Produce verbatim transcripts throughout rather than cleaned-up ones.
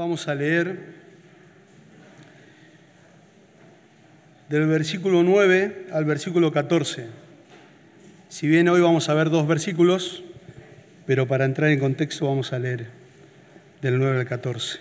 Vamos a leer del versículo nueve al versículo catorce. Si bien hoy vamos a ver dos versículos, pero para entrar en contexto vamos a leer del nueve al catorce.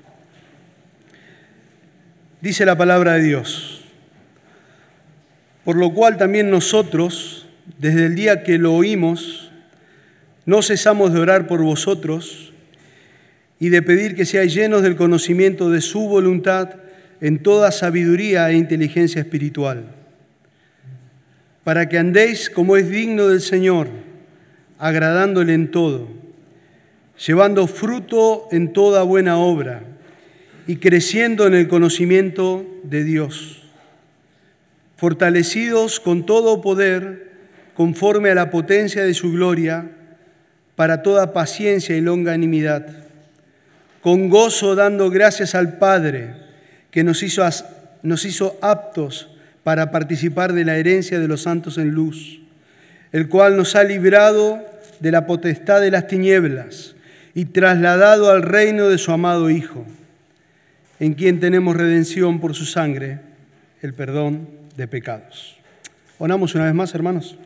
Dice la palabra de Dios: por lo cual también nosotros, desde el día que lo oímos, no cesamos de orar por vosotros y de pedir que seáis llenos del conocimiento de su voluntad en toda sabiduría e inteligencia espiritual, para que andéis como es digno del Señor, agradándole en todo, llevando fruto en toda buena obra y creciendo en el conocimiento de Dios, fortalecidos con todo poder conforme a la potencia de su gloria, para toda paciencia y longanimidad, con gozo dando gracias al Padre, que nos hizo, nos hizo aptos para participar de la herencia de los santos en luz, el cual nos ha librado de la potestad de las tinieblas y trasladado al reino de su amado Hijo, en quien tenemos redención por su sangre, el perdón de pecados. Oramos una vez más, hermanos.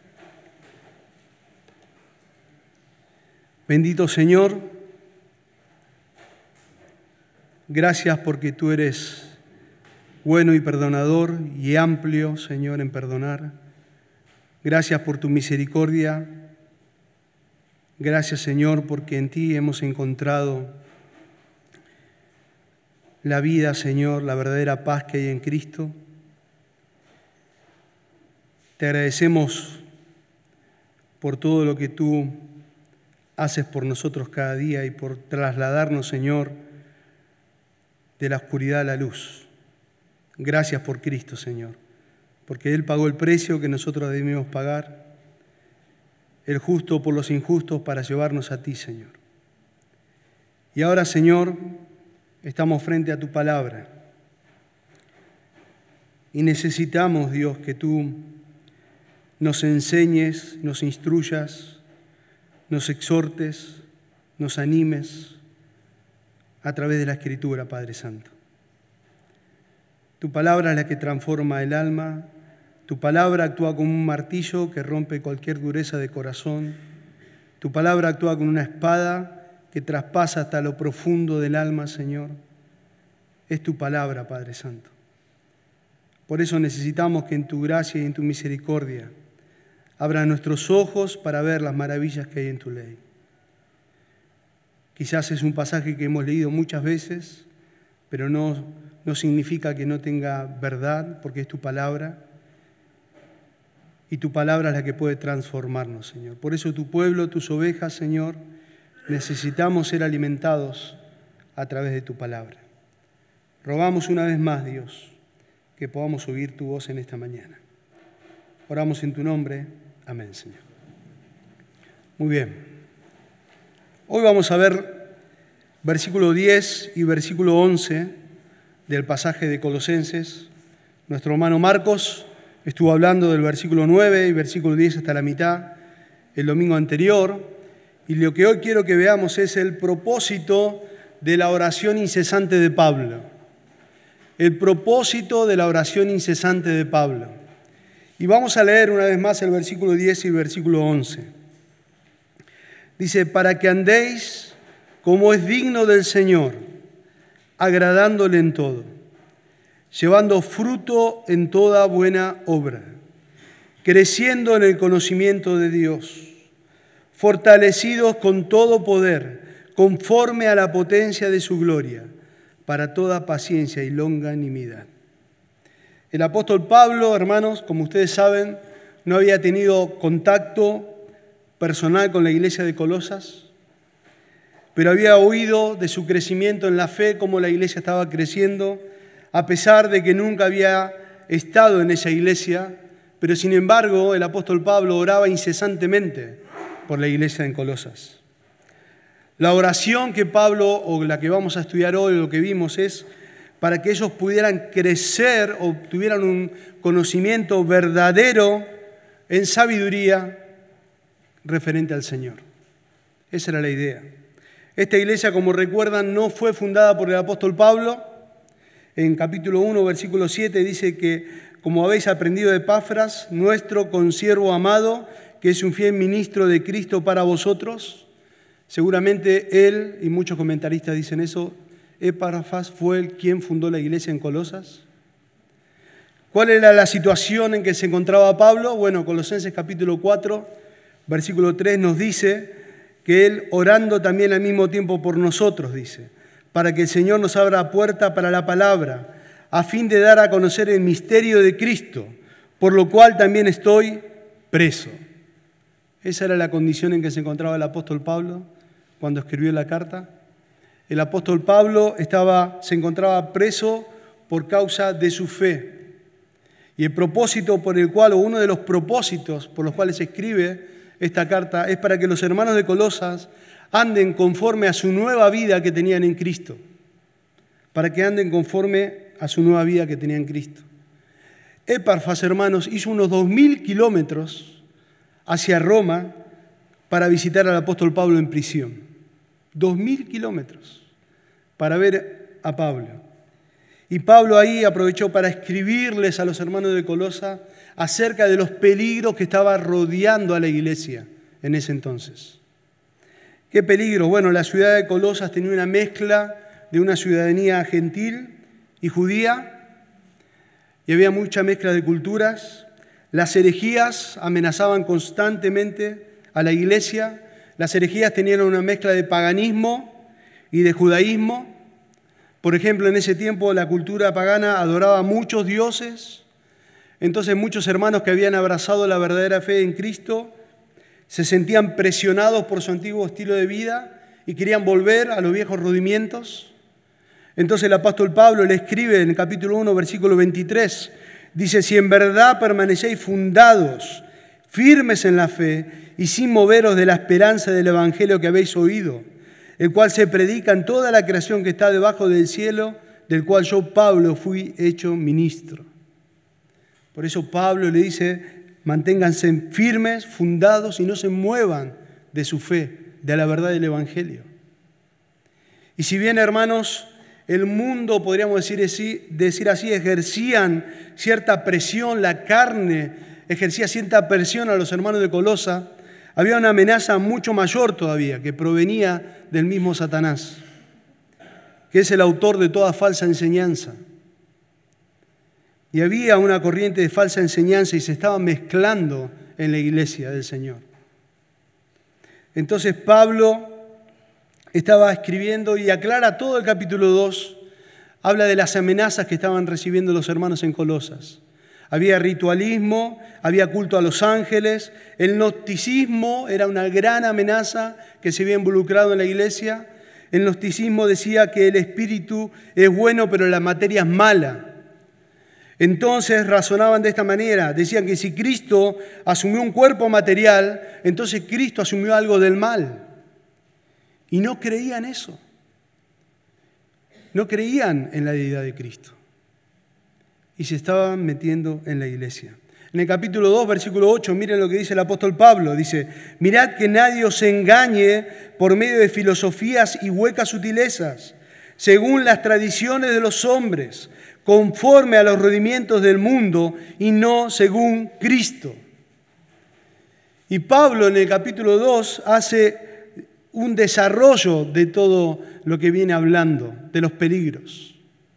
Bendito Señor, gracias porque tú eres bueno y perdonador y amplio, Señor, en perdonar. Gracias por tu misericordia. Gracias, Señor, porque en ti hemos encontrado la vida, Señor, la verdadera paz que hay en Cristo. Te agradecemos por todo lo que tú haces por nosotros cada día y por trasladarnos, Señor, de la oscuridad a la luz. Gracias por Cristo, Señor, porque Él pagó el precio que nosotros debimos pagar, el justo por los injustos, para llevarnos a ti, Señor. Y ahora, Señor, estamos frente a tu palabra y necesitamos, Dios, que tú nos enseñes, nos instruyas, nos exhortes, nos animes a través de la Escritura, Padre Santo. Tu palabra es la que transforma el alma, tu palabra actúa como un martillo que rompe cualquier dureza de corazón, tu palabra actúa como una espada que traspasa hasta lo profundo del alma, Señor. Es tu palabra, Padre Santo. Por eso necesitamos que en tu gracia y en tu misericordia abra nuestros ojos para ver las maravillas que hay en tu ley. Quizás es un pasaje que hemos leído muchas veces, pero no, no significa que no tenga verdad, porque es tu palabra. Y tu palabra es la que puede transformarnos, Señor. Por eso tu pueblo, tus ovejas, Señor, necesitamos ser alimentados a través de tu palabra. Rogamos una vez más, Dios, que podamos oír tu voz en esta mañana. Oramos en tu nombre. Amén, Señor. Muy bien. Hoy vamos a ver versículo diez y versículo once del pasaje de Colosenses. Nuestro hermano Marcos estuvo hablando del versículo nueve y versículo diez hasta la mitad el domingo anterior. Y lo que hoy quiero que veamos es el propósito de la oración incesante de Pablo. El propósito de la oración incesante de Pablo. Y vamos a leer una vez más el versículo diez y el versículo once. Dice: para que andéis como es digno del Señor, agradándole en todo, llevando fruto en toda buena obra, creciendo en el conocimiento de Dios, fortalecidos con todo poder, conforme a la potencia de su gloria, para toda paciencia y longanimidad. El apóstol Pablo, hermanos, como ustedes saben, no había tenido contacto personal con la iglesia de Colosas, pero había oído de su crecimiento en la fe, cómo la iglesia estaba creciendo, a pesar de que nunca había estado en esa iglesia, pero sin embargo el apóstol Pablo oraba incesantemente por la iglesia en Colosas. La oración que Pablo, o la que vamos a estudiar hoy, lo que vimos, es para que ellos pudieran crecer o tuvieran un conocimiento verdadero en sabiduría referente al Señor. Esa era la idea. Esta iglesia, como recuerdan, no fue fundada por el apóstol Pablo. En capítulo uno, versículo siete, dice que como habéis aprendido de Epafras, nuestro consiervo amado, que es un fiel ministro de Cristo para vosotros. Seguramente él, y muchos comentaristas dicen eso, Epafras fue el quien fundó la iglesia en Colosas. ¿Cuál era la situación en que se encontraba Pablo? Bueno, Colosenses capítulo cuatro, versículo tres nos dice que él orando también al mismo tiempo por nosotros, dice, para que el Señor nos abra puerta para la palabra, a fin de dar a conocer el misterio de Cristo, por lo cual también estoy preso. Esa era la condición en que se encontraba el apóstol Pablo cuando escribió la carta. El apóstol Pablo estaba, se encontraba preso por causa de su fe. Y el propósito por el cual, o uno de los propósitos por los cuales se escribe esta carta, es para que los hermanos de Colosas anden conforme a su nueva vida que tenían en Cristo. Para que anden conforme a su nueva vida que tenían en Cristo. Epafras, hermanos, hizo unos dos mil kilómetros hacia Roma para visitar al apóstol Pablo en prisión. Dos mil kilómetros para ver a Pablo. Y Pablo ahí aprovechó para escribirles a los hermanos de Colosa acerca de los peligros que estaba rodeando a la iglesia en ese entonces. ¿Qué peligro? Bueno, la ciudad de Colosas tenía una mezcla de una ciudadanía gentil y judía, y había mucha mezcla de culturas. Las herejías amenazaban constantemente a la iglesia. Las herejías tenían una mezcla de paganismo y de judaísmo. Por ejemplo, en ese tiempo la cultura pagana adoraba a muchos dioses. Entonces muchos hermanos que habían abrazado la verdadera fe en Cristo se sentían presionados por su antiguo estilo de vida y querían volver a los viejos rudimientos. Entonces el apóstol Pablo le escribe en el capítulo uno, versículo veintitrés, dice, si en verdad permanecéis fundados, firmes en la fe y sin moveros de la esperanza del evangelio que habéis oído, el cual se predica en toda la creación que está debajo del cielo, del cual yo, Pablo, fui hecho ministro. Por eso Pablo le dice, manténganse firmes, fundados y no se muevan de su fe, de la verdad del evangelio. Y si bien, hermanos, el mundo, podríamos decir así, decir así, ejercían cierta presión, la carne ejercía cierta presión a los hermanos de Colosa, había una amenaza mucho mayor todavía, que provenía del mismo Satanás, que es el autor de toda falsa enseñanza. Y había una corriente de falsa enseñanza y se estaba mezclando en la iglesia del Señor. Entonces Pablo estaba escribiendo y aclara todo el capítulo dos, habla de las amenazas que estaban recibiendo los hermanos en Colosas. Había ritualismo, había culto a los ángeles, el gnosticismo era una gran amenaza que se había involucrado en la iglesia. El gnosticismo decía que el espíritu es bueno pero la materia es mala. Entonces razonaban de esta manera, decían que si Cristo asumió un cuerpo material, entonces Cristo asumió algo del mal. Y no creían eso. No creían en la deidad de Cristo. Y se estaban metiendo en la iglesia. En el capítulo dos, versículo ocho, miren lo que dice el apóstol Pablo. Dice, mirad que nadie os engañe por medio de filosofías y huecas sutilezas, según las tradiciones de los hombres, conforme a los rudimientos del mundo y no según Cristo. Y Pablo en el capítulo dos hace un desarrollo de todo lo que viene hablando, de los peligros.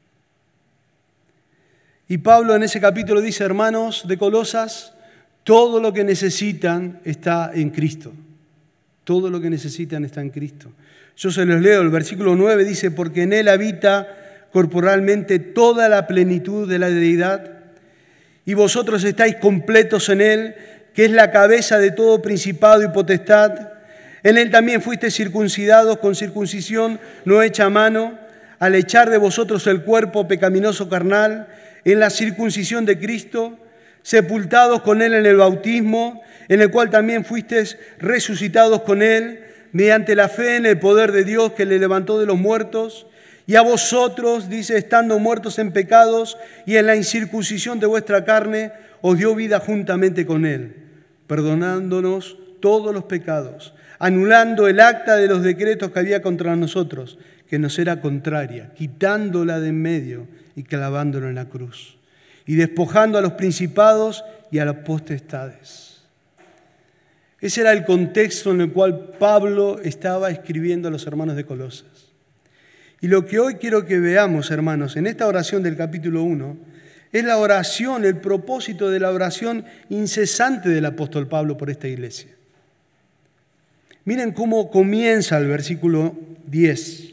Y Pablo en ese capítulo dice, hermanos de Colosas, todo lo que necesitan está en Cristo. Todo lo que necesitan está en Cristo. Yo se los leo, el versículo nueve dice, porque en Él habita corporalmente toda la plenitud de la deidad, y vosotros estáis completos en Él, que es la cabeza de todo principado y potestad. En Él también fuisteis circuncidados con circuncisión no hecha a mano, al echar de vosotros el cuerpo pecaminoso carnal, en la circuncisión de Cristo, sepultados con Él en el bautismo, en el cual también fuisteis resucitados con Él, mediante la fe en el poder de Dios que le levantó de los muertos, y a vosotros, dice, estando muertos en pecados y en la incircuncisión de vuestra carne, os dio vida juntamente con Él, perdonándonos todos los pecados, anulando el acta de los decretos que había contra nosotros, que nos era contraria, quitándola de en medio y clavándola en la cruz, y despojando a los principados y a las potestades. Ese era el contexto en el cual Pablo estaba escribiendo a los hermanos de Colosas. Y lo que hoy quiero que veamos, hermanos, en esta oración del capítulo uno, es la oración, el propósito de la oración incesante del apóstol Pablo por esta iglesia. Miren cómo comienza el versículo diez.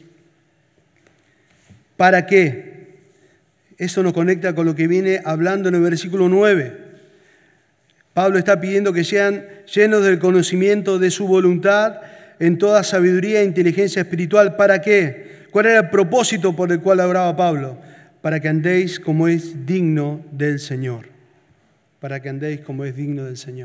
¿Para qué? Eso nos conecta con lo que viene hablando en el versículo nueve. Pablo está pidiendo que sean llenos del conocimiento de su voluntad en toda sabiduría e inteligencia espiritual. ¿Para qué? ¿Cuál era el propósito por el cual oraba Pablo? Para que andéis como es digno del Señor. Para que andéis como es digno del Señor.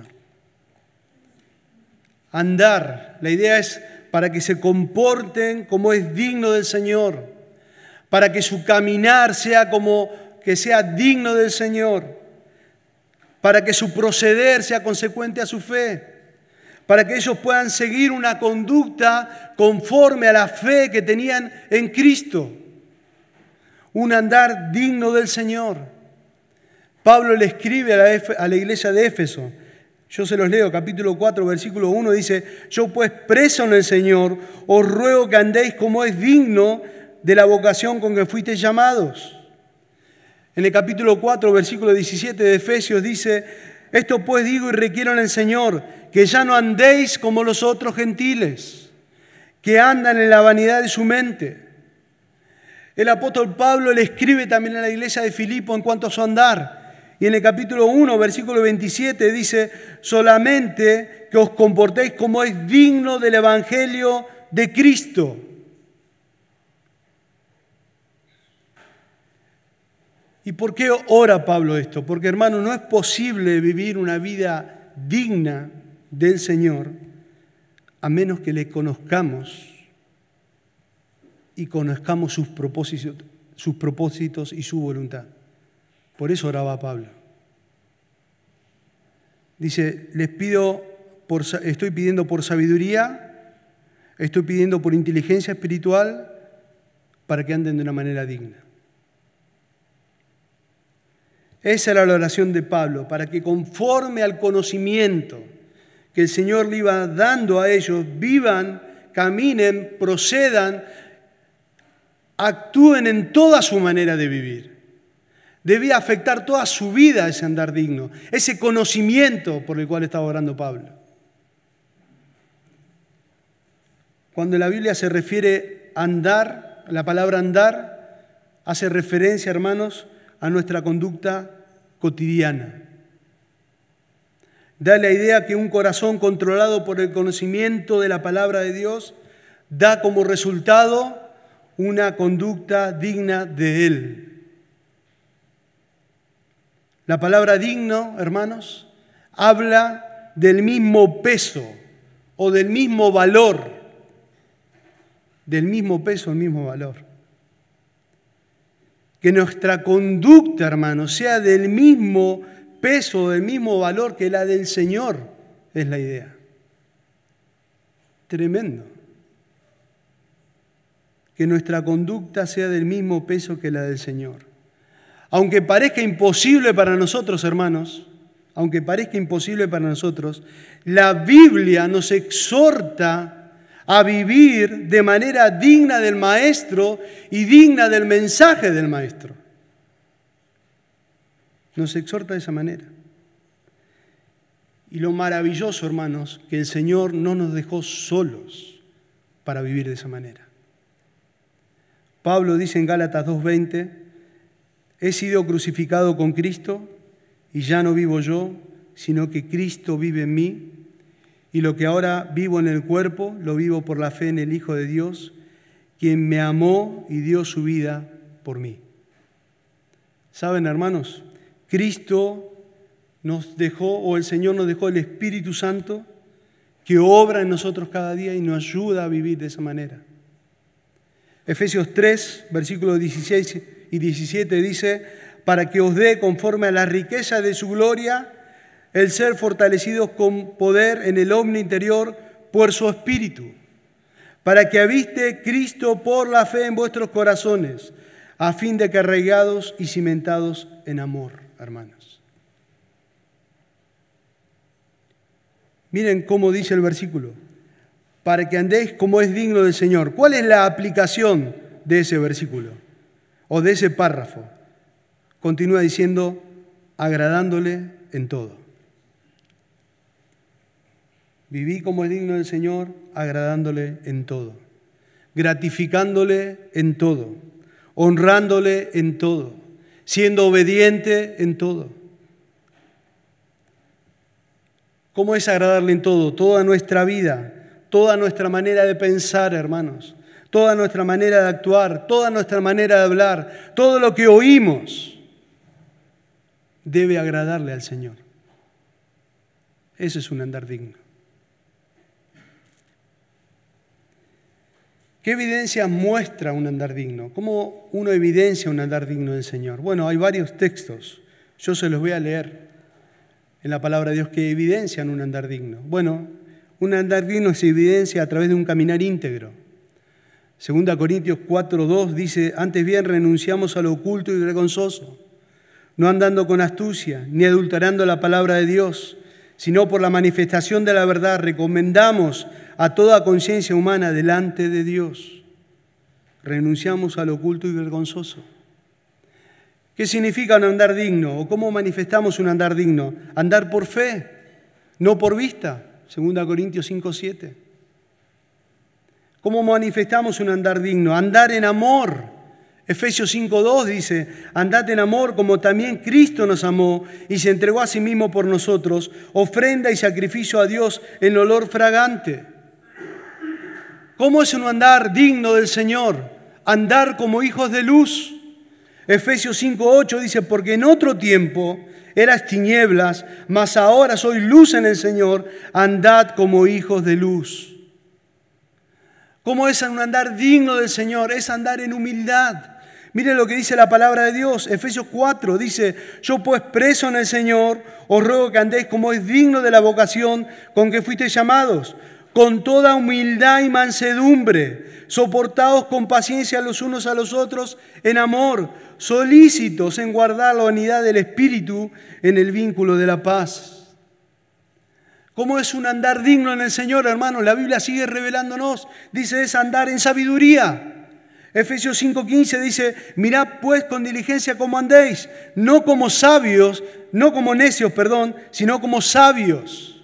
Andar, la idea es para que se comporten como es digno del Señor. Para que su caminar sea como que sea digno del Señor. Para que su proceder sea consecuente a su fe, para que ellos puedan seguir una conducta conforme a la fe que tenían en Cristo, un andar digno del Señor. Pablo le escribe a la, a la iglesia de Éfeso, yo se los leo, capítulo cuatro, versículo uno, dice: yo pues preso en el Señor, os ruego que andéis como es digno de la vocación con que fuisteis llamados. En el capítulo cuatro, versículo diecisiete de Efesios dice: esto pues digo y requiero en el Señor, que ya no andéis como los otros gentiles, que andan en la vanidad de su mente. El apóstol Pablo le escribe también a la iglesia de Filipo en cuanto a su andar. Y en el capítulo uno, versículo veintisiete dice: solamente que os comportéis como es digno del evangelio de Cristo. ¿Y por qué ora Pablo esto? Porque, hermano, no es posible vivir una vida digna del Señor a menos que le conozcamos y conozcamos sus propósitos, sus propósitos y su voluntad. Por eso oraba Pablo. Dice: les pido, por, estoy pidiendo por sabiduría, estoy pidiendo por inteligencia espiritual para que anden de una manera digna. Esa era la oración de Pablo, para que conforme al conocimiento que el Señor le iba dando a ellos, vivan, caminen, procedan, actúen en toda su manera de vivir. Debía afectar toda su vida ese andar digno, ese conocimiento por el cual estaba orando Pablo. Cuando la Biblia se refiere a andar, la palabra andar hace referencia, hermanos, a nuestra conducta cotidiana. Da la idea que un corazón controlado por el conocimiento de la palabra de Dios da como resultado una conducta digna de Él. La palabra digno, hermanos, habla del mismo peso o del mismo valor, del mismo peso, el mismo valor. Que nuestra conducta, hermanos, sea del mismo peso, del mismo valor que la del Señor, es la idea. Tremendo. Que nuestra conducta sea del mismo peso que la del Señor. Aunque parezca imposible para nosotros, hermanos, aunque parezca imposible para nosotros, la Biblia nos exhorta a vivir de manera digna del Maestro y digna del mensaje del Maestro. Nos exhorta de esa manera. Y lo maravilloso, hermanos, que el Señor no nos dejó solos para vivir de esa manera. Pablo dice en Gálatas dos veinte: he sido crucificado con Cristo y ya no vivo yo, sino que Cristo vive en mí. Y lo que ahora vivo en el cuerpo, lo vivo por la fe en el Hijo de Dios, quien me amó y dio su vida por mí. ¿Saben, hermanos? Cristo nos dejó, o el Señor nos dejó el Espíritu Santo, que obra en nosotros cada día y nos ayuda a vivir de esa manera. Efesios tres, versículos dieciséis y diecisiete dice: para que os dé conforme a la riqueza de su gloria, el ser fortalecidos con poder en el hombre interior por su Espíritu, para que habite Cristo por la fe en vuestros corazones, a fin de que arraigados y cimentados en amor, hermanos. Miren cómo dice el versículo, para que andéis como es digno del Señor. ¿Cuál es la aplicación de ese versículo o de ese párrafo? Continúa diciendo, agradándole en todo. Viví como es digno del Señor, agradándole en todo, gratificándole en todo, honrándole en todo, siendo obediente en todo. ¿Cómo es agradarle en todo? Toda nuestra vida, toda nuestra manera de pensar, hermanos, toda nuestra manera de actuar, toda nuestra manera de hablar, todo lo que oímos debe agradarle al Señor. Eso es un andar digno. ¿Qué evidencia muestra un andar digno? ¿Cómo uno evidencia un andar digno del Señor? Bueno, hay varios textos, yo se los voy a leer en la palabra de Dios que evidencian un andar digno. Bueno, un andar digno se evidencia a través de un caminar íntegro. Segunda Corintios cuatro dos dice, antes bien renunciamos a lo oculto y vergonzoso, no andando con astucia, ni adulterando la palabra de Dios, sino por la manifestación de la verdad recomendamos a toda conciencia humana delante de Dios. Renunciamos a lo oculto y vergonzoso. ¿Qué significa un andar digno? ¿O cómo manifestamos un andar digno? Andar por fe, no por vista. Segunda Corintios cinco siete. ¿Cómo manifestamos un andar digno? Andar en amor. Efesios cinco dos dice, andad en amor como también Cristo nos amó y se entregó a sí mismo por nosotros, ofrenda y sacrificio a Dios en olor fragante. ¿Cómo es un andar digno del Señor? Andar como hijos de luz. Efesios cinco ocho dice, porque en otro tiempo eras tinieblas, mas ahora sois luz en el Señor, andad como hijos de luz. ¿Cómo es un andar digno del Señor? Es andar en humildad. Mire lo que dice la palabra de Dios. Efesios cuatro dice, yo pues preso en el Señor, os ruego que andéis como es digno de la vocación con que fuisteis llamados, con toda humildad y mansedumbre, soportados con paciencia los unos a los otros en amor, solícitos en guardar la unidad del Espíritu en el vínculo de la paz. ¿Cómo es un andar digno en el Señor, hermanos? La Biblia sigue revelándonos. Dice, es andar en sabiduría. Efesios cinco quince dice, mirad pues con diligencia cómo andéis, no como sabios, no como necios, perdón, sino como sabios.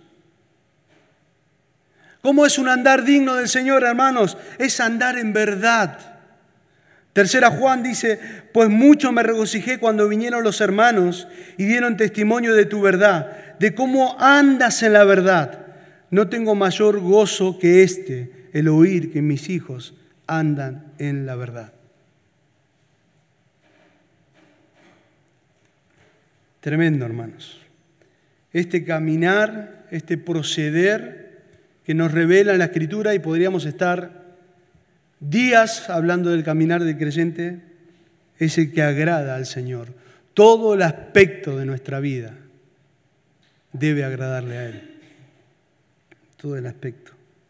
¿Cómo es un andar digno del Señor, hermanos? Es andar en verdad. Tercera Juan dice, pues mucho me regocijé cuando vinieron los hermanos y dieron testimonio de tu verdad, de cómo andas en la verdad. No tengo mayor gozo que este, el oír que mis hijos andan en la verdad. Tremendo, hermanos. Este caminar, este proceder que nos revela en la Escritura, y podríamos estar días hablando del caminar del creyente, es el que agrada al Señor. Todo el aspecto de nuestra vida debe agradarle a Él. Todo el aspecto.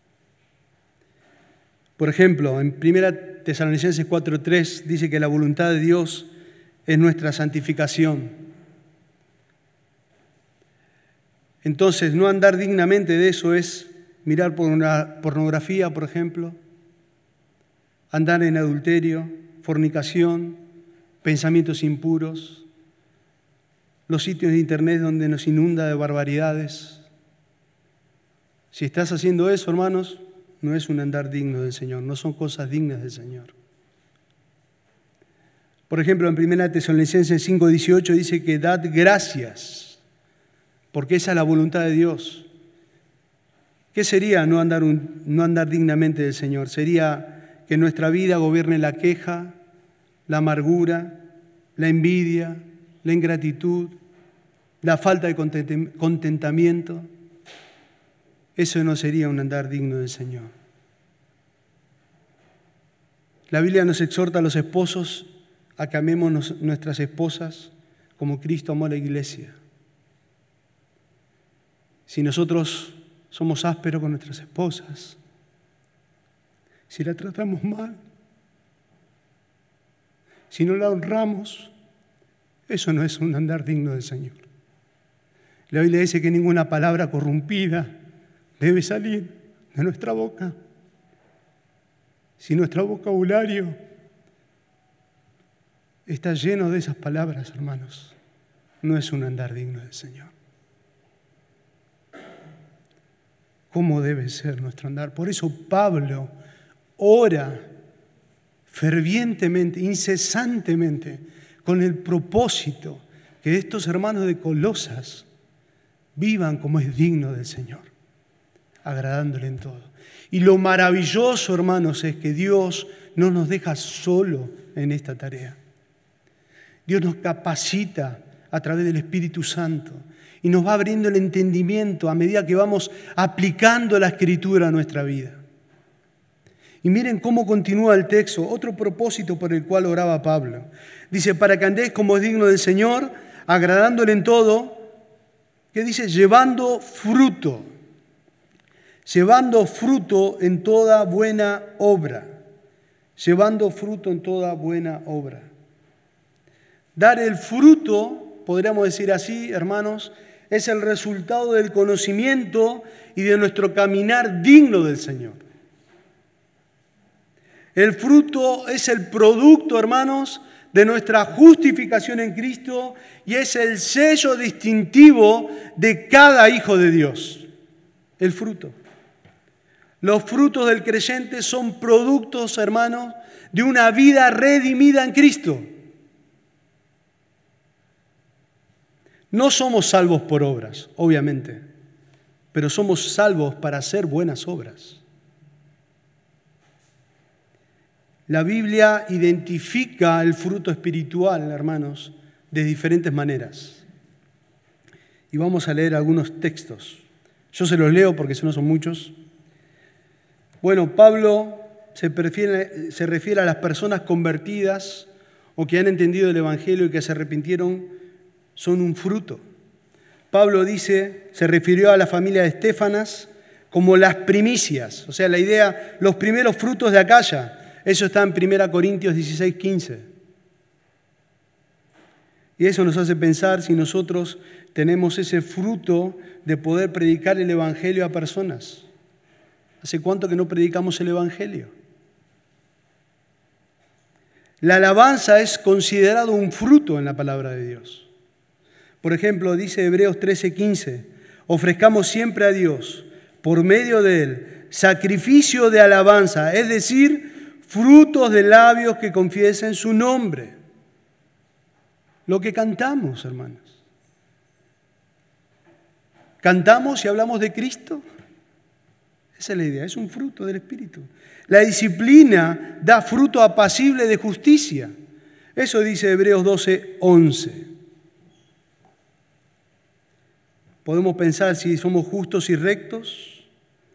Por ejemplo, en primera Tesalonicenses cuatro tres dice que la voluntad de Dios es nuestra santificación. Entonces, no andar dignamente de eso es mirar por una pornografía, por ejemplo, andar en adulterio, fornicación, pensamientos impuros, los sitios de internet donde nos inunda de barbaridades. Si estás haciendo eso, hermanos, no es un andar digno del Señor, no son cosas dignas del Señor. Por ejemplo, en primera Tesalonicenses cinco dieciocho dice que dad gracias, porque esa es la voluntad de Dios. ¿Qué sería no andar, un, no andar dignamente del Señor? Sería que en nuestra vida gobierne la queja, la amargura, la envidia, la ingratitud, la falta de contentamiento. Eso no sería un andar digno del Señor. La Biblia nos exhorta a los esposos a que amemos nuestras esposas como Cristo amó a la iglesia. Si nosotros somos ásperos con nuestras esposas, si la tratamos mal, si no la honramos, eso no es un andar digno del Señor. La Biblia dice que ninguna palabra corrompida debe salir de nuestra boca. Si nuestro vocabulario está lleno de esas palabras, hermanos, no es un andar digno del Señor. ¿Cómo debe ser nuestro andar? Por eso Pablo ora fervientemente, incesantemente, con el propósito que estos hermanos de Colosas vivan como es digno del Señor, agradándole en todo. Y lo maravilloso, hermanos, es que Dios no nos deja solo en esta tarea. Dios nos capacita a través del Espíritu Santo y nos va abriendo el entendimiento a medida que vamos aplicando la Escritura a nuestra vida. Y miren cómo continúa el texto, otro propósito por el cual oraba Pablo. Dice, para que andéis como es digno del Señor, agradándole en todo, que dice, llevando fruto, llevando fruto en toda buena obra, llevando fruto en toda buena obra. Dar el fruto, podríamos decir así, hermanos, es el resultado del conocimiento y de nuestro caminar digno del Señor. El fruto es el producto, hermanos, de nuestra justificación en Cristo y es el sello distintivo de cada hijo de Dios. El fruto. Los frutos del creyente son productos, hermanos, de una vida redimida en Cristo. No somos salvos por obras, obviamente, pero somos salvos para hacer buenas obras. La Biblia identifica el fruto espiritual, hermanos, de diferentes maneras. Y vamos a leer algunos textos. Yo se los leo porque si no son muchos. Bueno, Pablo se, prefiere, se refiere a las personas convertidas o que han entendido el Evangelio y que se arrepintieron, son un fruto. Pablo dice, se refirió a la familia de Estéfanas como las primicias, o sea, la idea, los primeros frutos de Acaya. Eso está en primera Corintios dieciséis, quince. Y eso nos hace pensar si nosotros tenemos ese fruto de poder predicar el Evangelio a personas. ¿Hace cuánto que no predicamos el Evangelio? La alabanza es considerado un fruto en la palabra de Dios. Por ejemplo, dice Hebreos trece, quince, ofrezcamos siempre a Dios, por medio de Él, sacrificio de alabanza, es decir, frutos de labios que confiesen su nombre. Lo que cantamos, hermanos. ¿Cantamos y hablamos de Cristo? Esa es la idea, es un fruto del Espíritu. La disciplina da fruto apacible de justicia. Eso dice Hebreos doce, once. Podemos pensar si somos justos y rectos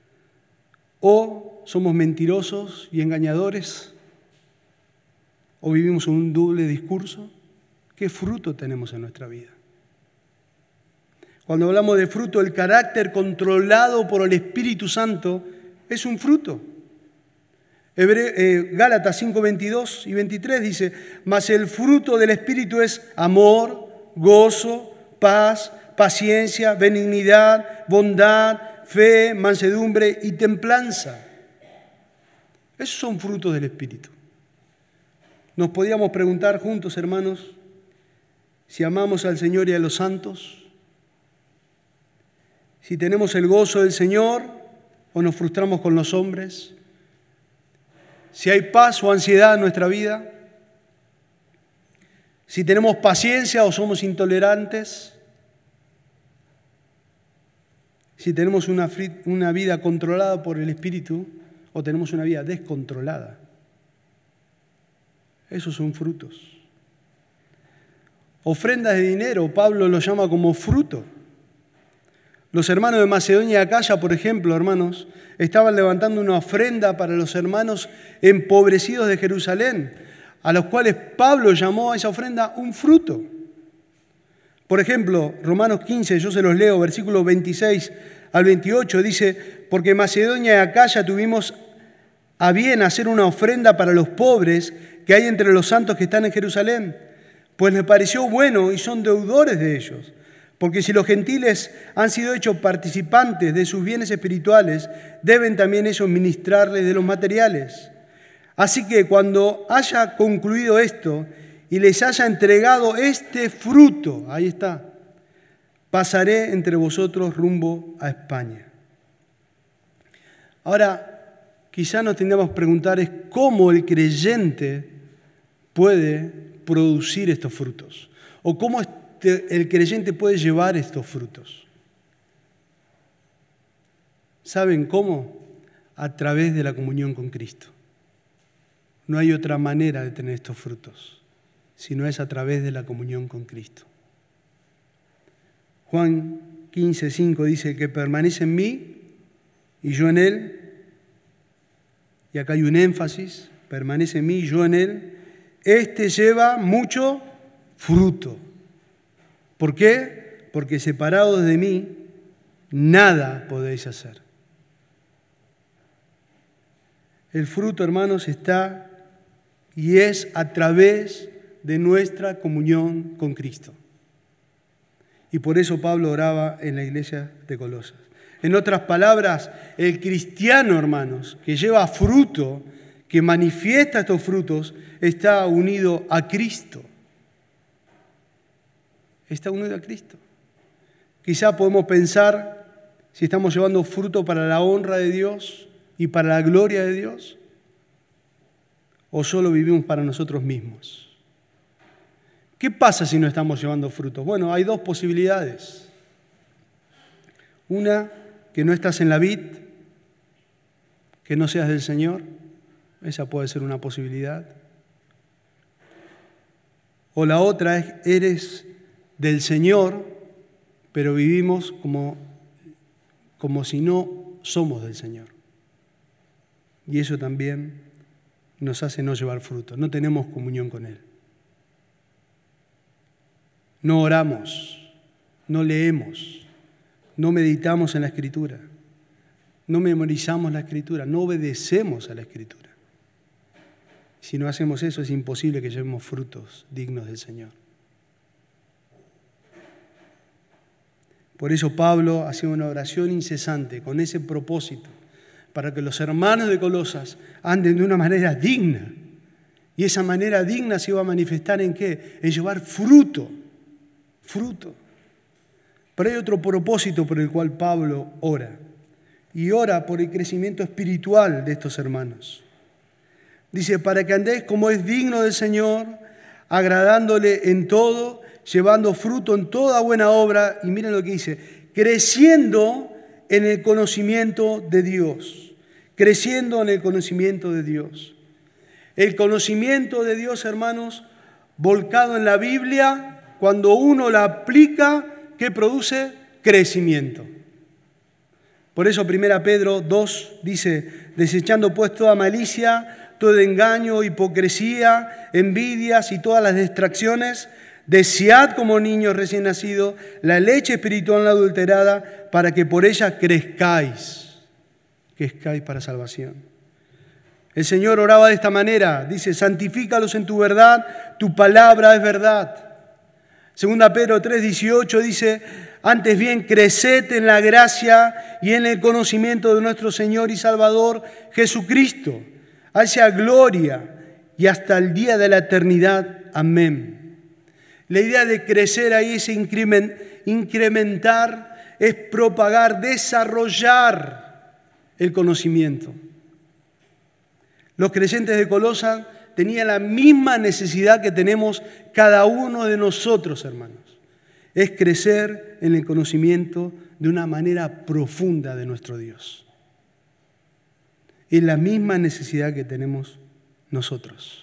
o somos mentirosos y engañadores o vivimos un doble discurso. ¿Qué fruto tenemos en nuestra vida? Cuando hablamos de fruto, el carácter controlado por el Espíritu Santo es un fruto. Hebre- eh, Gálatas cinco, veintidós y veintitrés dice, mas el fruto del Espíritu es amor, gozo, paz, paciencia, benignidad, bondad, fe, mansedumbre y templanza. Esos son frutos del Espíritu. Nos podíamos preguntar juntos, hermanos, si amamos al Señor y a los santos, si tenemos el gozo del Señor o nos frustramos con los hombres, si hay paz o ansiedad en nuestra vida, si tenemos paciencia o somos intolerantes, si tenemos una, una vida controlada por el Espíritu o tenemos una vida descontrolada. Esos son frutos. Ofrendas de dinero, Pablo lo llama como fruto. Los hermanos de Macedonia y Acaya, por ejemplo, hermanos, estaban levantando una ofrenda para los hermanos empobrecidos de Jerusalén, a los cuales Pablo llamó a esa ofrenda un fruto. Por ejemplo, Romanos quince, yo se los leo, versículos veintiséis al veintiocho, dice, porque en Macedonia y Acaya tuvimos a bien hacer una ofrenda para los pobres que hay entre los santos que están en Jerusalén, pues me pareció bueno y son deudores de ellos. Porque si los gentiles han sido hechos participantes de sus bienes espirituales, deben también ellos ministrarles de los materiales. Así que cuando haya concluido esto y les haya entregado este fruto, ahí está, pasaré entre vosotros rumbo a España. Ahora, quizá nos tendríamos que preguntar es cómo el creyente puede producir estos frutos, o cómo el creyente puede llevar estos frutos. ¿Saben cómo? A través de la comunión con Cristo. No hay otra manera de tener estos frutos, sino es a través de la comunión con Cristo. Juan quince, cinco dice que permanece en mí y yo en él. Y acá hay un énfasis, permanece en mí y yo en él. Este lleva mucho fruto. ¿Por qué? Porque separados de mí, nada podéis hacer. El fruto, hermanos, está y es a través de nuestra comunión con Cristo. Y por eso Pablo oraba en la iglesia de Colosas. En otras palabras, el cristiano, hermanos, que lleva fruto, que manifiesta estos frutos, está unido a Cristo. Está unido a Cristo. Quizá podemos pensar si estamos llevando fruto para la honra de Dios y para la gloria de Dios, o solo vivimos para nosotros mismos. ¿Qué pasa si no estamos llevando frutos? Bueno, hay dos posibilidades. Una, que no estás en la vid, que no seas del Señor. Esa puede ser una posibilidad. O la otra es, eres del Señor, pero vivimos como, como si no somos del Señor. Y eso también nos hace no llevar fruto. No tenemos comunión con Él. No oramos, no leemos, no meditamos en la Escritura, no memorizamos la Escritura, no obedecemos a la Escritura. Si no hacemos eso, es imposible que llevemos frutos dignos del Señor. Por eso Pablo hacía una oración incesante con ese propósito, para que los hermanos de Colosas anden de una manera digna. Y esa manera digna se iba a manifestar ¿en qué? En llevar fruto. Fruto. Pero hay otro propósito por el cual Pablo ora. Y ora por el crecimiento espiritual de estos hermanos. Dice, para que andéis como es digno del Señor, agradándole en todo, llevando fruto en toda buena obra. Y miren lo que dice, creciendo en el conocimiento de Dios. Creciendo en el conocimiento de Dios. El conocimiento de Dios, hermanos, volcado en la Biblia, cuando uno la aplica, ¿qué produce? Crecimiento. Por eso primera Pedro dos dice, desechando pues toda malicia, todo engaño, hipocresía, envidias y todas las distracciones, desead como niños recién nacidos la leche espiritual no adulterada para que por ella crezcáis, crezcáis para salvación. El Señor oraba de esta manera, dice, santifícalos en tu verdad, tu palabra es verdad. Segunda Pedro tres dieciocho dice, antes bien creced en la gracia y en el conocimiento de nuestro Señor y Salvador Jesucristo, hacia gloria y hasta el día de la eternidad. Amén. La idea de crecer ahí es incrementar, es propagar, desarrollar el conocimiento. Los creyentes de Colosas tenían la misma necesidad que tenemos cada uno de nosotros, hermanos. Es crecer en el conocimiento de una manera profunda de nuestro Dios. Es la misma necesidad que tenemos nosotros.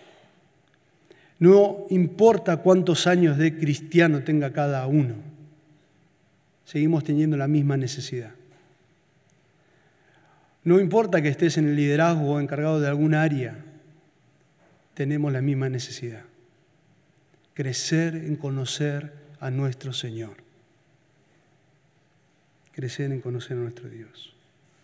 No importa cuántos años de cristiano tenga cada uno, seguimos teniendo la misma necesidad. No importa que estés en el liderazgo o encargado de algún área, tenemos la misma necesidad. Crecer en conocer a nuestro Señor. crecer en conocer a nuestro Dios.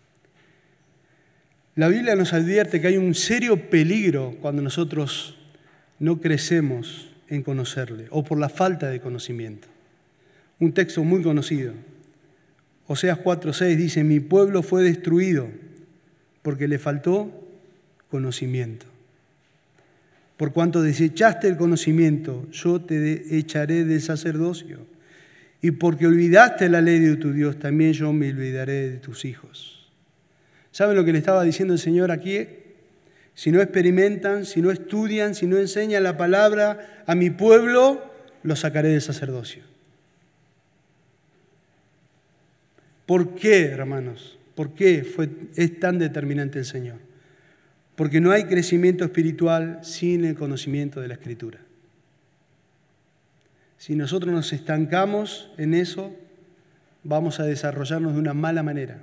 La Biblia nos advierte que hay un serio peligro cuando nosotros no crecemos en conocerle o por la falta de conocimiento. Un texto muy conocido. Oseas cuatro seis dice, mi pueblo fue destruido porque le faltó conocimiento. Por cuanto desechaste el conocimiento, yo te echaré del sacerdocio. Y porque olvidaste la ley de tu Dios, también yo me olvidaré de tus hijos. ¿Saben lo que le estaba diciendo el Señor aquí? Si no experimentan, si no estudian, si no enseñan la palabra a mi pueblo, los sacaré del sacerdocio. ¿Por qué, hermanos? ¿Por qué fue, es tan determinante el Señor? Porque no hay crecimiento espiritual sin el conocimiento de la Escritura. Si nosotros nos estancamos en eso, vamos a desarrollarnos de una mala manera.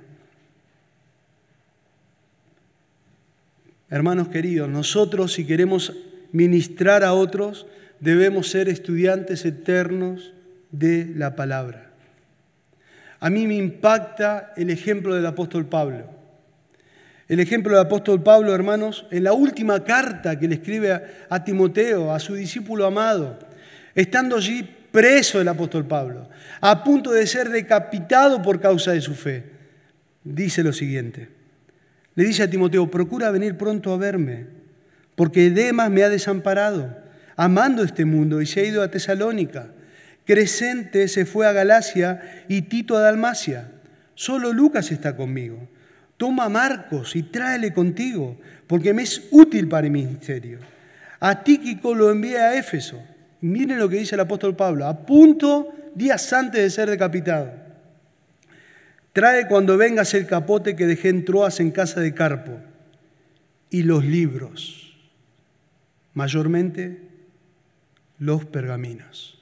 Hermanos queridos, nosotros si queremos ministrar a otros, debemos ser estudiantes eternos de la palabra. A mí me impacta el ejemplo del apóstol Pablo. El ejemplo del apóstol Pablo, hermanos, en la última carta que le escribe a, a Timoteo, a su discípulo amado, estando allí preso el apóstol Pablo, a punto de ser decapitado por causa de su fe, dice lo siguiente. Le dice a Timoteo, procura venir pronto a verme, porque Demas me ha desamparado, amando este mundo, y se ha ido a Tesalónica. Crescente se fue a Galacia y Tito a Dalmacia. Solo Lucas está conmigo. Toma a Marcos y tráele contigo, porque me es útil para mi ministerio. A Tíquico lo envié a Éfeso. Miren lo que dice el apóstol Pablo, a punto, días antes de ser decapitado. Trae cuando vengas el capote que dejé en Troas en casa de Carpo y los libros, mayormente los pergaminos.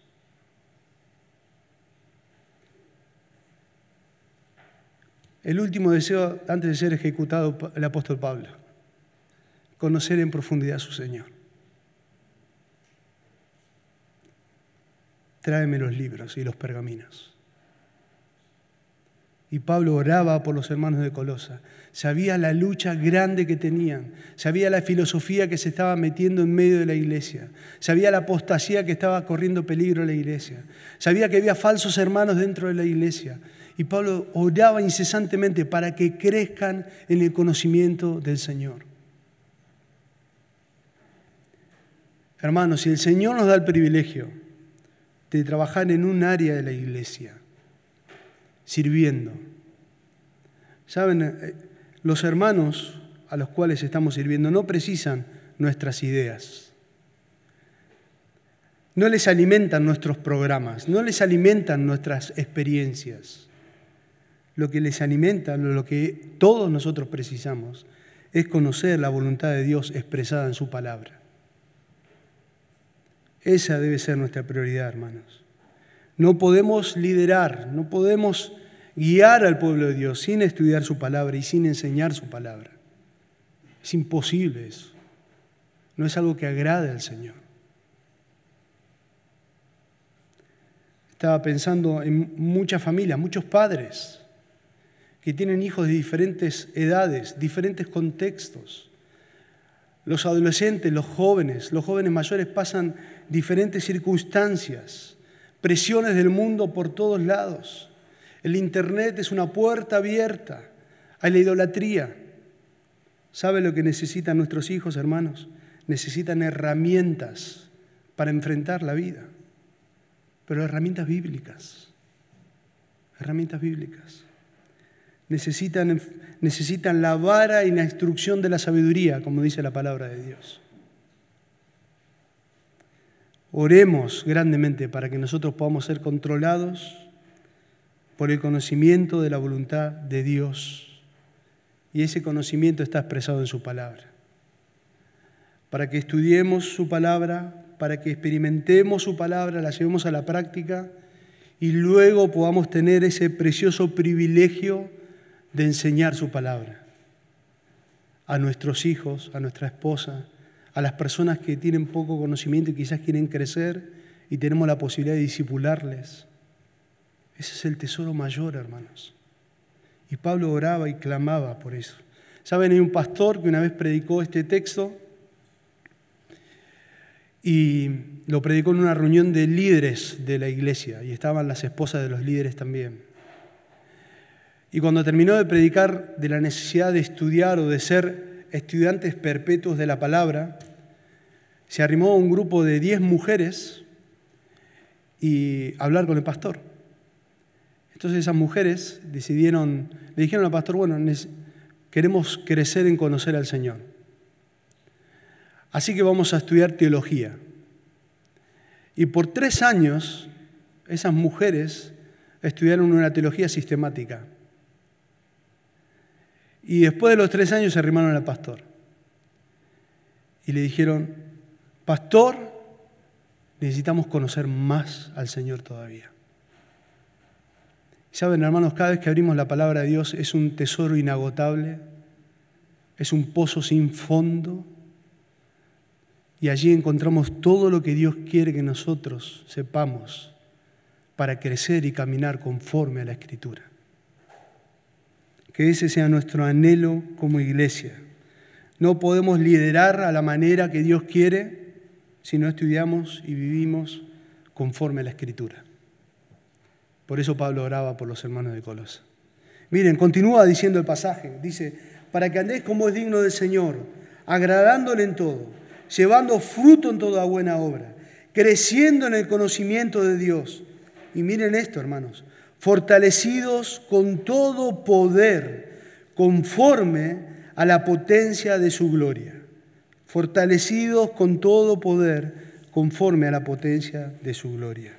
El último deseo antes de ser ejecutado el apóstol Pablo, conocer en profundidad a su Señor. Tráeme los libros y los pergaminos. Y Pablo oraba por los hermanos de Colosa. Sabía la lucha grande que tenían. Sabía la filosofía que se estaba metiendo en medio de la iglesia. Sabía la apostasía que estaba corriendo peligro en la iglesia. Sabía que había falsos hermanos dentro de la iglesia. Y Pablo oraba incesantemente para que crezcan en el conocimiento del Señor. Hermanos, si el Señor nos da el privilegio de trabajar en un área de la iglesia, sirviendo. Saben, los hermanos a los cuales estamos sirviendo no precisan nuestras ideas. No les alimentan nuestros programas, no les alimentan nuestras experiencias. Lo que les alimenta, lo que todos nosotros precisamos, es conocer la voluntad de Dios expresada en su palabra. Esa debe ser nuestra prioridad, hermanos. No podemos liderar, no podemos guiar al pueblo de Dios sin estudiar su palabra y sin enseñar su palabra. Es imposible eso. No es algo que agrade al Señor. Estaba pensando en muchas familias, muchos padres que tienen hijos de diferentes edades, diferentes contextos. Los adolescentes, los jóvenes, los jóvenes mayores pasan diferentes circunstancias, presiones del mundo por todos lados. El Internet es una puerta abierta a la idolatría. ¿Sabe lo que necesitan nuestros hijos, hermanos? Necesitan herramientas para enfrentar la vida, pero herramientas bíblicas. Herramientas bíblicas. Necesitan, necesitan la vara y la instrucción de la sabiduría, como dice la palabra de Dios. Oremos grandemente para que nosotros podamos ser controlados por el conocimiento de la voluntad de Dios. Y ese conocimiento está expresado en su palabra. Para que estudiemos su palabra, para que experimentemos su palabra, la llevemos a la práctica y luego podamos tener ese precioso privilegio de enseñar su palabra a nuestros hijos, a nuestra esposa, a las personas que tienen poco conocimiento y quizás quieren crecer y tenemos la posibilidad de discipularles. Ese es el tesoro mayor, hermanos. Y Pablo oraba y clamaba por eso. ¿Saben? Hay un pastor que una vez predicó este texto y lo predicó en una reunión de líderes de la iglesia y estaban las esposas de los líderes también. Y cuando terminó de predicar de la necesidad de estudiar o de ser estudiantes perpetuos de la palabra, se arrimó a un grupo de diez mujeres y hablar con el pastor. Entonces esas mujeres decidieron, le dijeron al pastor, bueno, queremos crecer en conocer al Señor. Así que vamos a estudiar teología. Y por tres años, esas mujeres estudiaron una teología sistemática. Y después de los tres años se arrimaron al pastor. Y le dijeron, pastor, necesitamos conocer más al Señor todavía. Saben, hermanos, cada vez que abrimos la palabra de Dios es un tesoro inagotable, es un pozo sin fondo, y allí encontramos todo lo que Dios quiere que nosotros sepamos para crecer y caminar conforme a la Escritura. Que ese sea nuestro anhelo como iglesia. No podemos liderar a la manera que Dios quiere si no estudiamos y vivimos conforme a la Escritura. Por eso Pablo oraba por los hermanos de Colosas. Miren, continúa diciendo el pasaje. Dice, para que andéis como es digno del Señor, agradándole en todo, llevando fruto en toda buena obra, creciendo en el conocimiento de Dios. Y miren esto, hermanos, fortalecidos con todo poder, conforme a la potencia de su gloria. Fortalecidos con todo poder, conforme a la potencia de su gloria.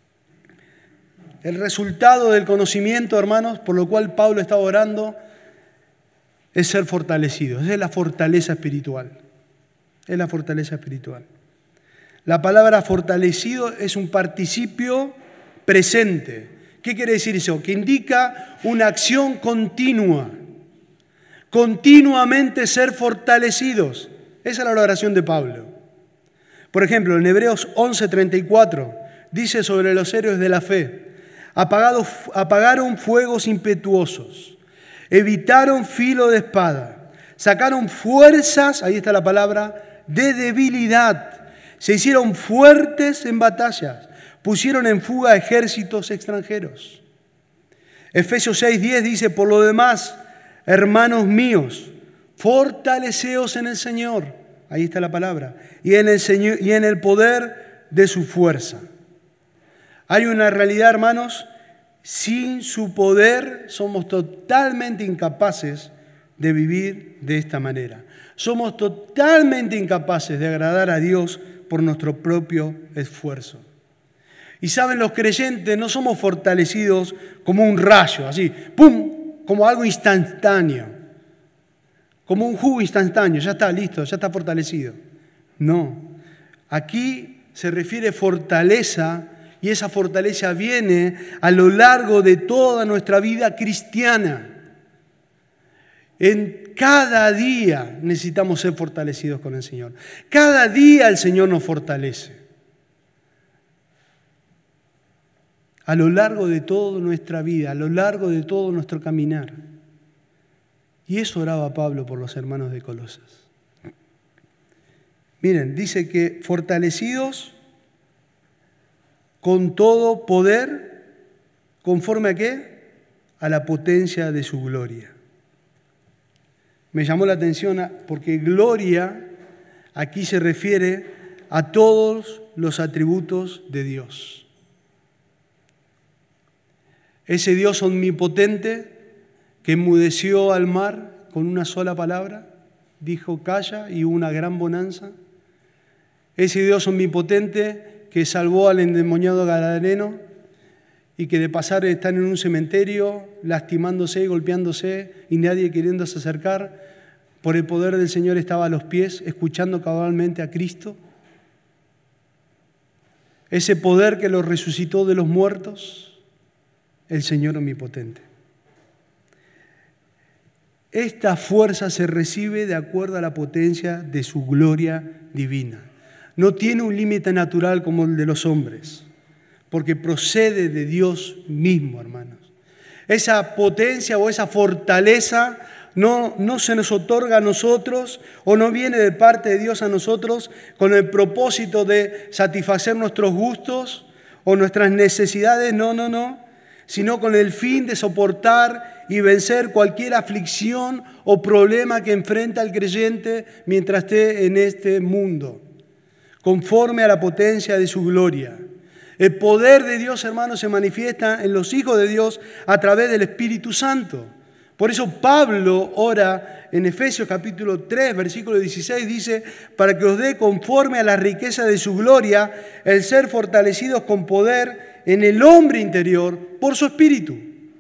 El resultado del conocimiento, hermanos, por lo cual Pablo estaba orando, es ser fortalecidos. Es la fortaleza espiritual. Es la fortaleza espiritual. La palabra fortalecido es un participio presente. ¿Qué quiere decir eso? Que indica una acción continua. Continuamente ser fortalecidos. Esa es la oración de Pablo. Por ejemplo, en Hebreos once treinta y cuatro dice sobre los héroes de la fe: Apagado, apagaron fuegos impetuosos, evitaron filo de espada, sacaron fuerzas, ahí está la palabra, de debilidad, se hicieron fuertes en batallas, pusieron en fuga ejércitos extranjeros. Efesios seis diez dice, por lo demás, hermanos míos, fortaleceos en el Señor, ahí está la palabra, y en el Señor, y en el poder de su fuerza. Hay una realidad, hermanos, sin su poder somos totalmente incapaces de vivir de esta manera. Somos totalmente incapaces de agradar a Dios por nuestro propio esfuerzo. Y saben, los creyentes no somos fortalecidos como un rayo, así, ¡pum!, como algo instantáneo, como un jugo instantáneo, ya está listo, ya está fortalecido. No, aquí se refiere fortaleza, y esa fortaleza viene a lo largo de toda nuestra vida cristiana. En cada día necesitamos ser fortalecidos con el Señor. Cada día el Señor nos fortalece. A lo largo de toda nuestra vida, a lo largo de todo nuestro caminar. Y eso oraba Pablo por los hermanos de Colosas. Miren, dice que fortalecidos con todo poder, ¿conforme a qué? A la potencia de su gloria. Me llamó la atención porque gloria aquí se refiere a todos los atributos de Dios. Ese Dios omnipotente que enmudeció al mar con una sola palabra, dijo calla y hubo una gran bonanza. Ese Dios omnipotente que salvó al endemoniado gadareno y que de pasar están en un cementerio lastimándose y golpeándose y nadie queriéndose acercar, por el poder del Señor estaba a los pies escuchando cabalmente a Cristo. Ese poder que los resucitó de los muertos, el Señor omnipotente. Esta fuerza se recibe de acuerdo a la potencia de su gloria divina. No tiene un límite natural como el de los hombres, porque procede de Dios mismo, hermanos. Esa potencia o esa fortaleza no, no se nos otorga a nosotros o no viene de parte de Dios a nosotros con el propósito de satisfacer nuestros gustos o nuestras necesidades, no, no, no, sino con el fin de soportar y vencer cualquier aflicción o problema que enfrenta el creyente mientras esté en este mundo, conforme a la potencia de su gloria. El poder de Dios, hermanos, se manifiesta en los hijos de Dios a través del Espíritu Santo. Por eso Pablo ora en Efesios capítulo tres, versículo dieciséis, dice, para que os dé conforme a la riqueza de su gloria el ser fortalecidos con poder en el hombre interior por su Espíritu.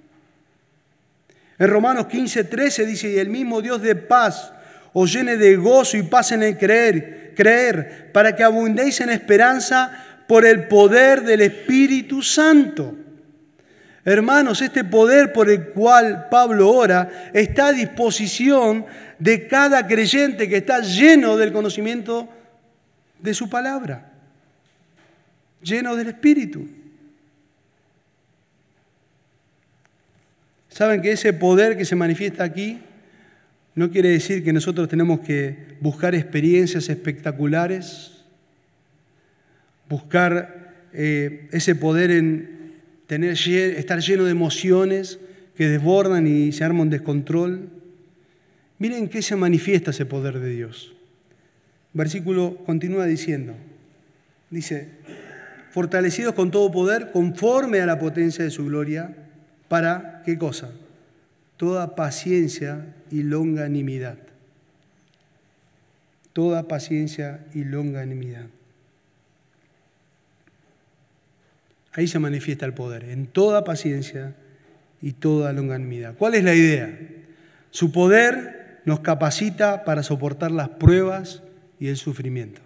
En Romanos quince, trece dice, y el mismo Dios de paz os llene de gozo y paz en el creer, creer, para que abundéis en esperanza por el poder del Espíritu Santo. Hermanos, este poder por el cual Pablo ora está a disposición de cada creyente que está lleno del conocimiento de su palabra, lleno del Espíritu. ¿Saben que ese poder que se manifiesta aquí no quiere decir que nosotros tenemos que buscar experiencias espectaculares, buscar eh, ese poder en tener, estar lleno de emociones que desbordan y se arma un descontrol? Miren en qué se manifiesta ese poder de Dios. Versículo continúa diciendo, dice, fortalecidos con todo poder, conforme a la potencia de su gloria, ¿para qué cosa? Toda paciencia y longanimidad. Toda paciencia y longanimidad. Ahí se manifiesta el poder, en toda paciencia y toda longanimidad. ¿Cuál es la idea? Su poder nos capacita para soportar las pruebas y el sufrimiento.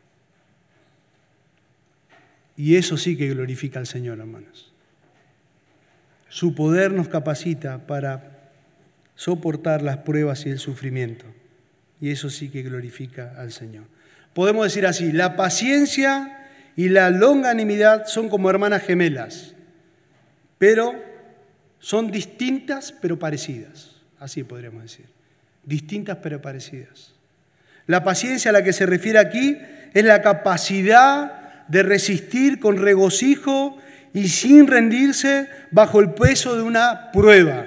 Y eso sí que glorifica al Señor, hermanos. Su poder nos capacita para soportar las pruebas y el sufrimiento. Y eso sí que glorifica al Señor. Podemos decir así, la paciencia y la longanimidad son como hermanas gemelas, pero son distintas pero parecidas. Así podríamos decir. Distintas pero parecidas. La paciencia a la que se refiere aquí es la capacidad de resistir con regocijo y sin rendirse bajo el peso de una prueba.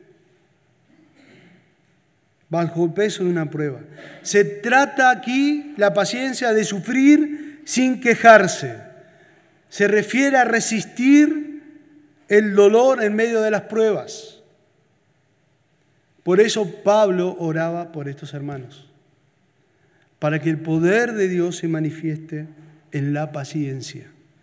Bajo el peso de una prueba. Se trata aquí, la paciencia, de sufrir sin quejarse. Se refiere a resistir el dolor en medio de las pruebas. Por eso Pablo oraba por estos hermanos, para que el poder de Dios se manifieste en la paciencia.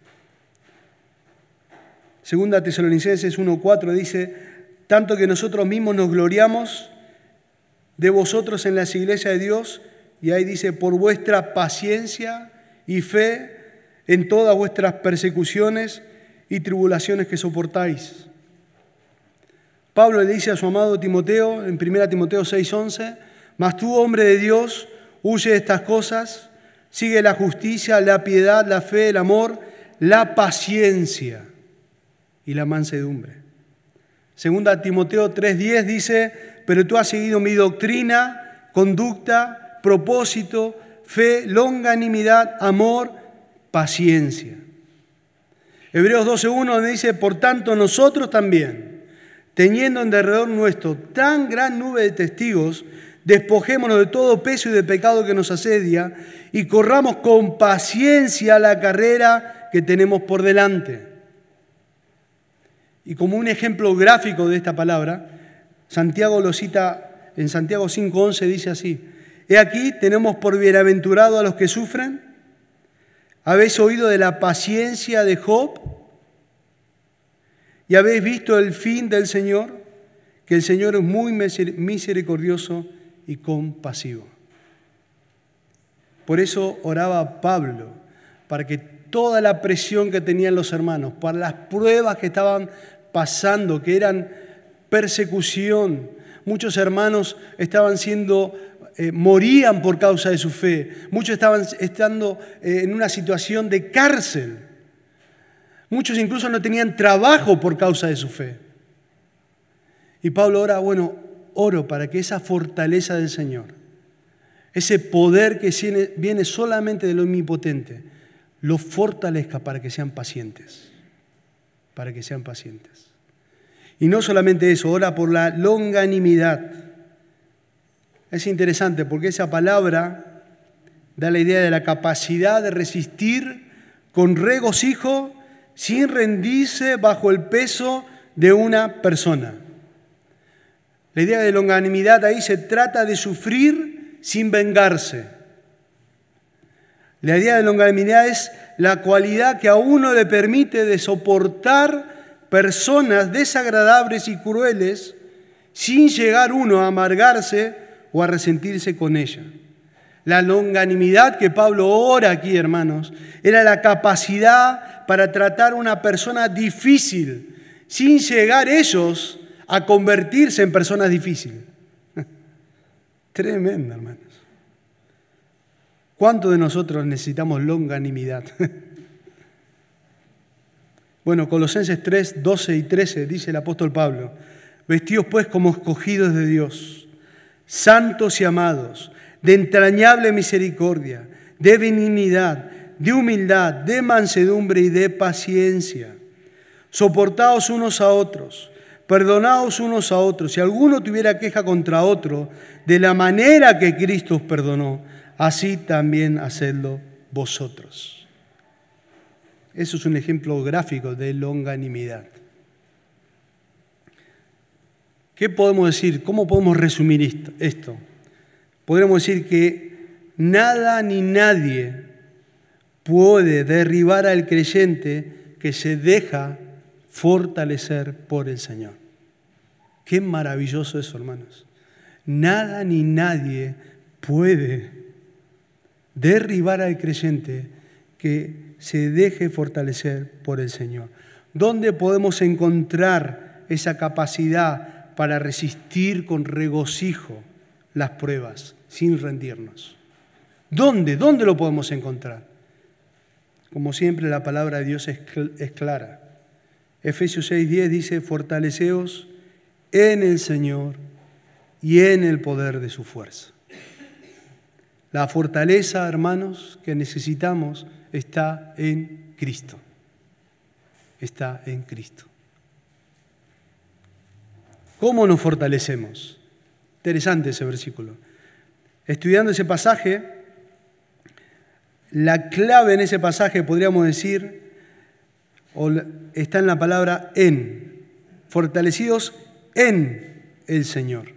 Segunda Tesalonicenses uno cuatro dice, tanto que nosotros mismos nos gloriamos de vosotros en las iglesias de Dios, y ahí dice, por vuestra paciencia y fe en todas vuestras persecuciones y tribulaciones que soportáis. Pablo le dice a su amado Timoteo, en primera Timoteo seis once, mas tú, hombre de Dios, huye de estas cosas, sigue la justicia, la piedad, la fe, el amor, la paciencia y la mansedumbre. Segunda Timoteo tres diez dice, pero tú has seguido mi doctrina, conducta, propósito, fe, longanimidad, amor, paciencia. Hebreos doce uno dice, por tanto nosotros también, teniendo en derredor nuestro tan gran nube de testigos, despojémonos de todo peso y de pecado que nos asedia y corramos con paciencia la carrera que tenemos por delante. Y como un ejemplo gráfico de esta palabra, Santiago lo cita en Santiago cinco once, dice así, he aquí tenemos por bienaventurado a los que sufren. ¿Habéis oído de la paciencia de Job? ¿Y habéis visto el fin del Señor? Que el Señor es muy misericordioso y compasivo. Por eso oraba Pablo, para que toda la presión que tenían los hermanos, para las pruebas que estaban pasando, que eran persecución, muchos hermanos estaban siendo, eh, morían por causa de su fe, muchos estaban estando eh, en una situación de cárcel, muchos incluso no tenían trabajo por causa de su fe. Y Pablo ora, bueno, oro para que esa fortaleza del Señor, ese poder que viene solamente del Omnipotente, los fortalezca para que sean pacientes, para que sean pacientes. Y no solamente eso, ora por la longanimidad. Es interesante porque esa palabra da la idea de la capacidad de resistir con regocijo sin rendirse bajo el peso de una persona. La idea de longanimidad ahí se trata de sufrir sin vengarse. La idea de longanimidad es la cualidad que a uno le permite de soportar personas desagradables y crueles sin llegar uno a amargarse o a resentirse con ella. La longanimidad que Pablo ora aquí, hermanos, era la capacidad para tratar a una persona difícil sin llegar ellos a convertirse en personas difíciles. Tremendo, hermanos. ¿Cuántos de nosotros necesitamos longanimidad? Bueno, Colosenses tres, doce y trece dice el apóstol Pablo: vestidos pues como escogidos de Dios, santos y amados, de entrañable misericordia, de benignidad, de humildad, de mansedumbre y de paciencia. Soportaos unos a otros, perdonaos unos a otros. Si alguno tuviera queja contra otro, de la manera que Cristo os perdonó, así también hacedlo vosotros. Eso es un ejemplo gráfico de longanimidad. ¿Qué podemos decir? ¿Cómo podemos resumir esto? Podríamos decir que nada ni nadie puede derribar al creyente que se deja fortalecer por el Señor. Qué maravilloso eso, hermanos. Nada ni nadie puede derribar al creyente que se deje fortalecer por el Señor. ¿Dónde podemos encontrar esa capacidad para resistir con regocijo las pruebas sin rendirnos? ¿Dónde? ¿Dónde lo podemos encontrar? Como siempre, la palabra de Dios es, cl- es clara. Efesios seis diez dice: fortaleceos en el Señor y en el poder de su fuerza. La fortaleza, hermanos, que necesitamos está en Cristo. Está en Cristo. ¿Cómo nos fortalecemos? Interesante ese versículo. Estudiando ese pasaje, la clave en ese pasaje, podríamos decir, está en la palabra en. Fortalecidos en el Señor.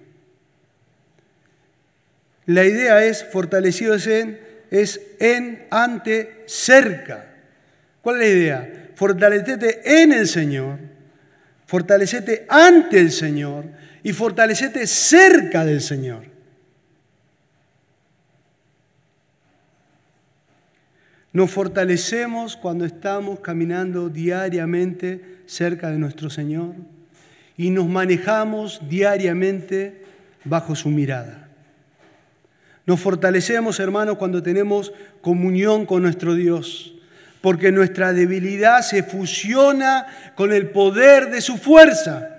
La idea es, fortalecidos en, es en, ante, cerca. ¿Cuál es la idea? Fortalecete en el Señor, fortalecete ante el Señor y fortalecete cerca del Señor. Nos fortalecemos cuando estamos caminando diariamente cerca de nuestro Señor y nos manejamos diariamente bajo su mirada. Nos fortalecemos, hermanos, cuando tenemos comunión con nuestro Dios, porque nuestra debilidad se fusiona con el poder de su fuerza.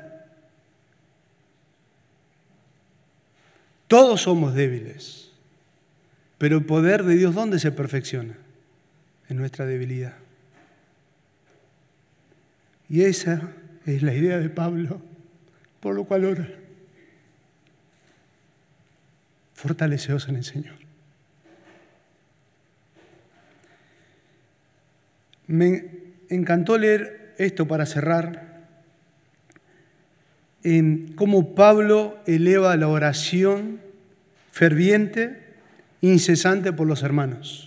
Todos somos débiles, pero el poder de Dios, ¿dónde se perfecciona? En nuestra debilidad. Y esa es la idea de Pablo, por lo cual ora. Fortaleceos en el Señor. Me encantó leer esto para cerrar, en cómo Pablo eleva la oración ferviente, incesante por los hermanos.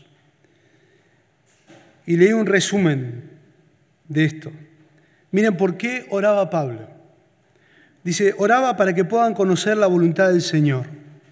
Y leí un resumen de esto. Miren por qué oraba Pablo. Dice, oraba para que puedan conocer la voluntad del Señor,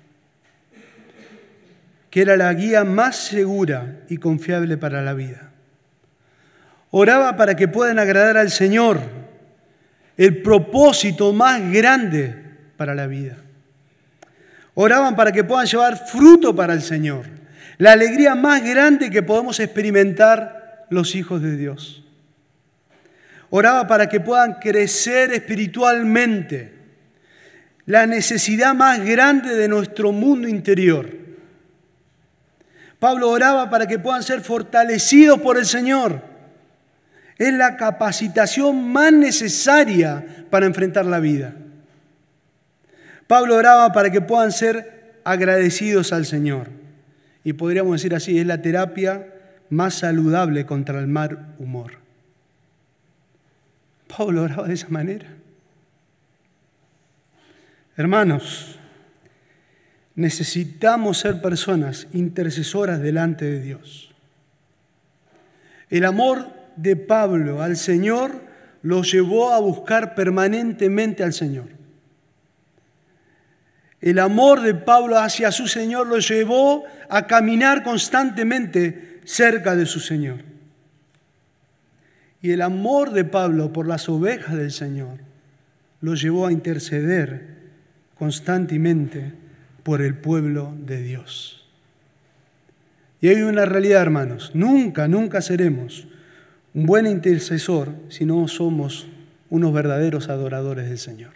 que era la guía más segura y confiable para la vida. Oraba para que puedan agradar al Señor, el propósito más grande para la vida. Oraban para que puedan llevar fruto para el Señor, la alegría más grande que podemos experimentar los hijos de Dios. Oraba para que puedan crecer espiritualmente, la necesidad más grande de nuestro mundo interior. Pablo oraba para que puedan ser fortalecidos por el Señor. Es la capacitación más necesaria para enfrentar la vida. Pablo oraba para que puedan ser agradecidos al Señor. Y podríamos decir así, es la terapia más saludable contra el mal humor. Pablo oraba de esa manera. Hermanos, necesitamos ser personas intercesoras delante de Dios. El amor de Pablo al Señor lo llevó a buscar permanentemente al Señor. El amor de Pablo hacia su Señor lo llevó a caminar constantemente cerca de su Señor. Y el amor de Pablo por las ovejas del Señor lo llevó a interceder constantemente por el pueblo de Dios. Y hay una realidad, hermanos, nunca, nunca seremos un buen intercesor si no somos unos verdaderos adoradores del Señor.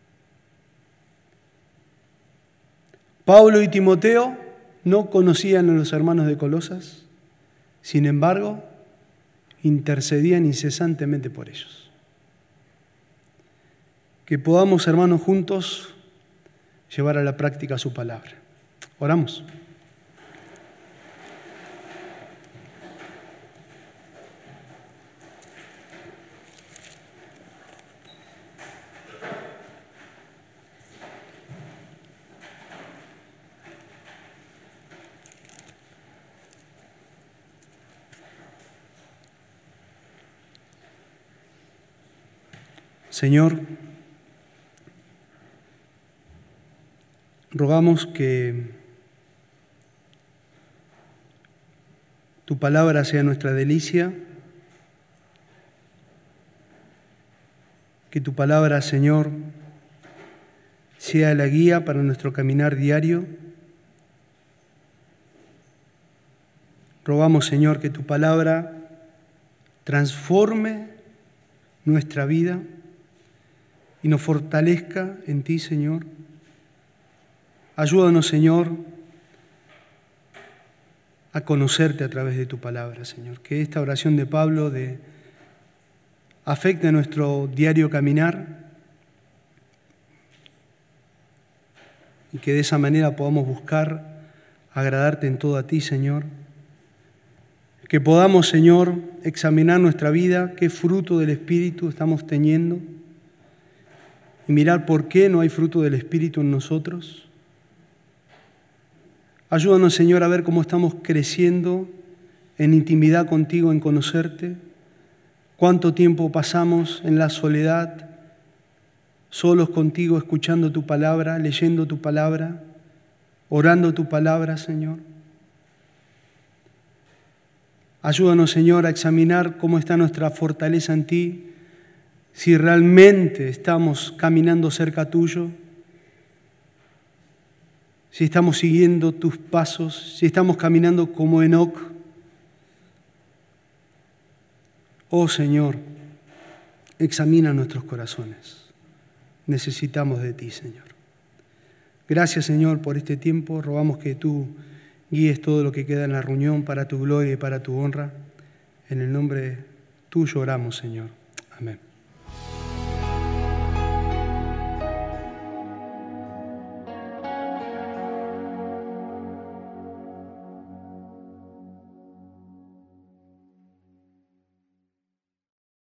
Pablo y Timoteo no conocían a los hermanos de Colosas, sin embargo, intercedían incesantemente por ellos. Que podamos, hermanos, juntos llevar a la práctica su palabra. Oramos. Señor, rogamos que tu palabra sea nuestra delicia, que tu palabra, Señor, sea la guía para nuestro caminar diario. Rogamos, Señor, que tu palabra transforme nuestra vida y nos fortalezca en ti, Señor. Ayúdanos, Señor, a conocerte a través de tu palabra, Señor. Que esta oración de Pablo de, afecte nuestro diario caminar y que de esa manera podamos buscar agradarte en todo a ti, Señor. Que podamos, Señor, examinar nuestra vida, qué fruto del Espíritu estamos teniendo y mirar por qué no hay fruto del Espíritu en nosotros. Ayúdanos, Señor, a ver cómo estamos creciendo en intimidad contigo, en conocerte. Cuánto tiempo pasamos en la soledad, solos contigo, escuchando tu palabra, leyendo tu palabra, orando tu palabra, Señor. Ayúdanos, Señor, a examinar cómo está nuestra fortaleza en ti, si realmente estamos caminando cerca tuyo, si estamos siguiendo tus pasos, si estamos caminando como Enoc. Oh Señor, examina nuestros corazones. Necesitamos de ti, Señor. Gracias, Señor, por este tiempo. Rogamos que tú guíes todo lo que queda en la reunión para tu gloria y para tu honra. En el nombre tuyo oramos, Señor. Amén.